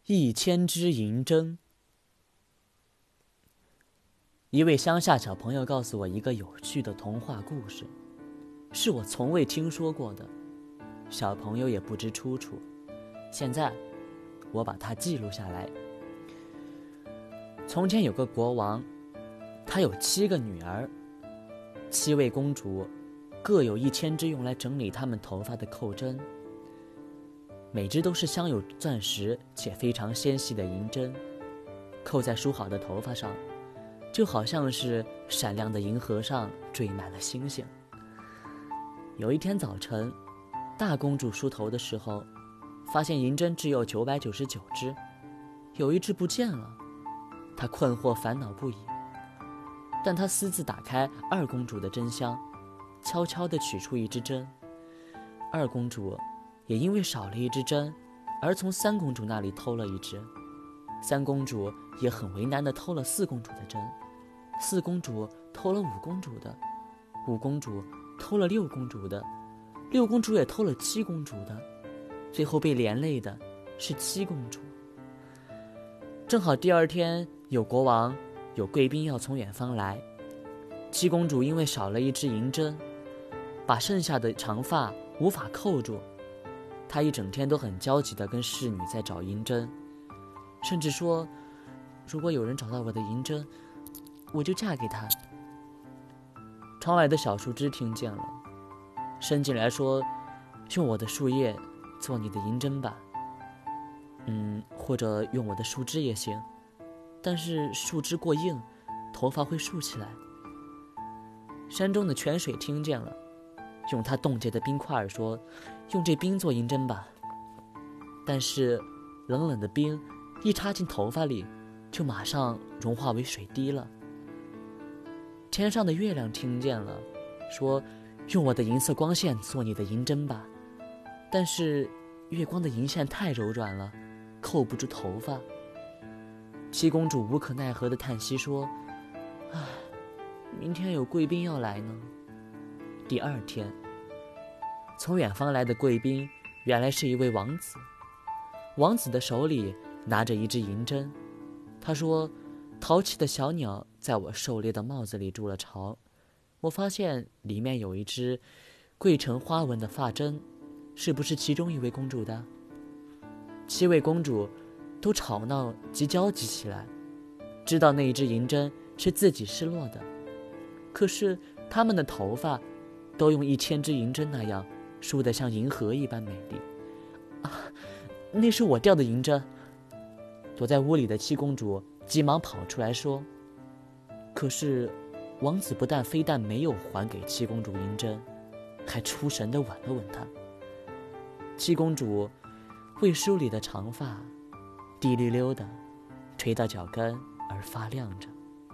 1000只银针。一位乡下小朋友告诉我一个有趣的童话故事，是我从未听说过的，小朋友也不知出处。现在我把它记录下来。从前有个国王，他有7个女儿，7位公主，各有1000只用来整理她们头发的扣针，每只都是镶有钻石且非常纤细的银针，扣在梳好的头发上，就好像是闪亮的银河上缀满了星星。有一天早晨，大公主梳头的时候，发现银针只有999只，有一只不见了。她困惑烦恼不已，但她私自打开二公主的针箱，悄悄地取出一支针。二公主也因为少了一支针，而从三公主那里偷了一支。三公主也很为难地偷了4公主的针，四公主偷了5公主的，五公主偷了6公主的，六公主也偷了7公主的，最后被连累的是7公主。正好第二天有国王有贵宾要从远方来，7公主因为少了一支银针，把剩下的长发无法扣住，她一整天都很焦急地跟侍女在找银针，甚至说，如果有人找到我的银针，我就嫁给他。窗外的小树枝听见了，伸进来说，用我的树叶做你的银针吧，或者用我的树枝也行，但是树枝过硬，头发会竖起来。山中的泉水听见了，用它冻结的冰块说，用这冰做银针吧，但是冷冷的冰一插进头发里，就马上融化为水滴了。天上的月亮听见了，说，用我的银色光线做你的银针吧，但是月光的银线太柔软了，扣不住头发。7公主无可奈何地叹息说，明天有贵宾要来呢。第二天，从远方来的贵宾原来是一位王子，王子的手里拿着一支银针，他说，淘气的小鸟在我狩猎的帽子里筑了巢，我发现里面有一只桂橙花纹的发针，是不是其中一位公主的？7位公主都吵闹及焦急起来，知道那一只银针是自己失落的，可是她们的头发都用1000只银针那样梳得像银河一般美丽。那是我掉的银针。躲在屋里的7公主急忙跑出来说，可是王子非但没有还给7公主银针，还出神地吻了吻她。7公主为梳理的长发滴溜溜的垂到脚跟而发亮着。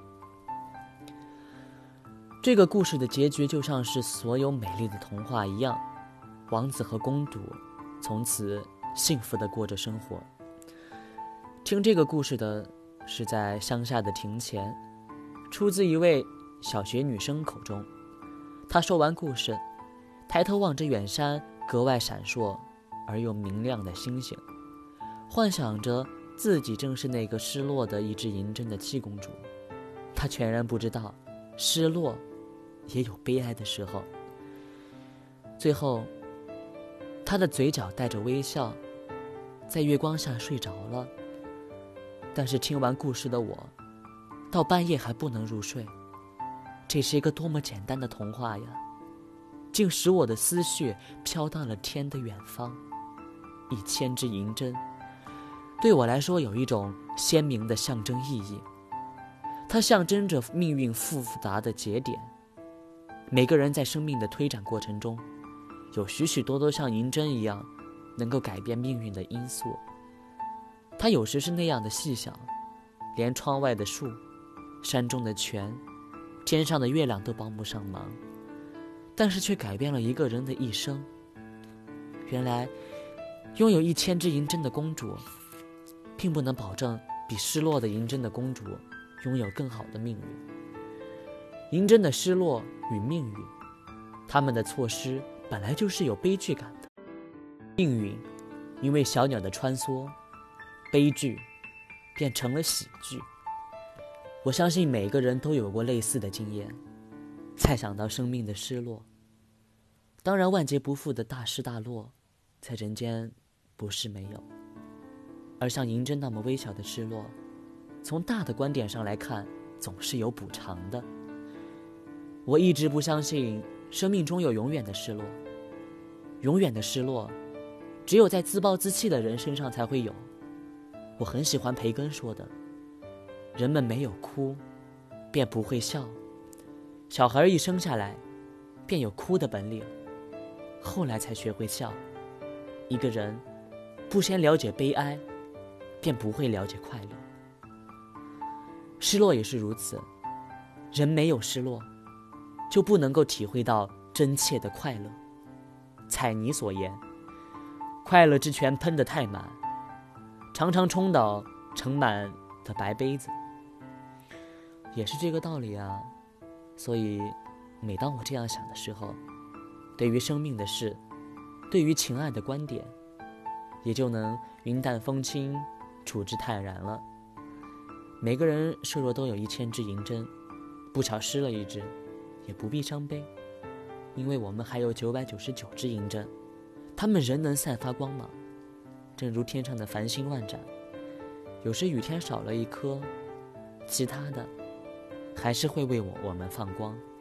这个故事的结局就像是所有美丽的童话一样，王子和公主从此幸福地过着生活。听这个故事的是在乡下的庭前，出自一位小学女生口中。她说完故事，抬头望着远山格外闪烁而又明亮的星星，幻想着自己正是那个失落的一只银针的7公主。她全然不知道，失落也有悲哀的时候。最后，她的嘴角带着微笑，在月光下睡着了。但是听完故事的我，到半夜还不能入睡。这是一个多么简单的童话呀，竟使我的思绪飘到了天的远方。1000只银针对我来说有一种鲜明的象征意义，它象征着命运复杂的节点。每个人在生命的推展过程中，有许许多多像银针一样能够改变命运的因素。它有时是那样的细小，连窗外的树、山中的泉、天上的月亮都帮不上忙，但是却改变了一个人的一生。原来拥有1000只银针的公主并不能保证比失落的银针的公主拥有更好的命运。银针的失落与命运，他们的错失本来就是有悲剧感的。命运因为小鸟的穿梭悲剧变成了喜剧。我相信每个人都有过类似的经验。再想到生命的失落，当然万劫不复的大失大落，在人间不是没有。而像银针那么微小的失落，从大的观点上来看，总是有补偿的。我一直不相信生命中有永远的失落，永远的失落只有在自暴自弃的人身上才会有。我很喜欢培根说的，人们没有哭便不会笑，小孩一生下来便有哭的本领，后来才学会笑。一个人不先了解悲哀，便不会了解快乐。失落也是如此，人没有失落，就不能够体会到真切的快乐。彩妮所言，快乐之泉喷得太满，常常冲倒盛满的白杯子，也是这个道理啊。所以每当我这样想的时候，对于生命的事，对于情爱的观点，也就能云淡风轻，处之泰然了。每个人设若都有1000支银针，不巧失了一支，也不必伤悲，因为我们还有999支银针，它们仍能散发光芒，正如天上的繁星万盏。有时雨天少了一颗，其他的还是会为我们放光。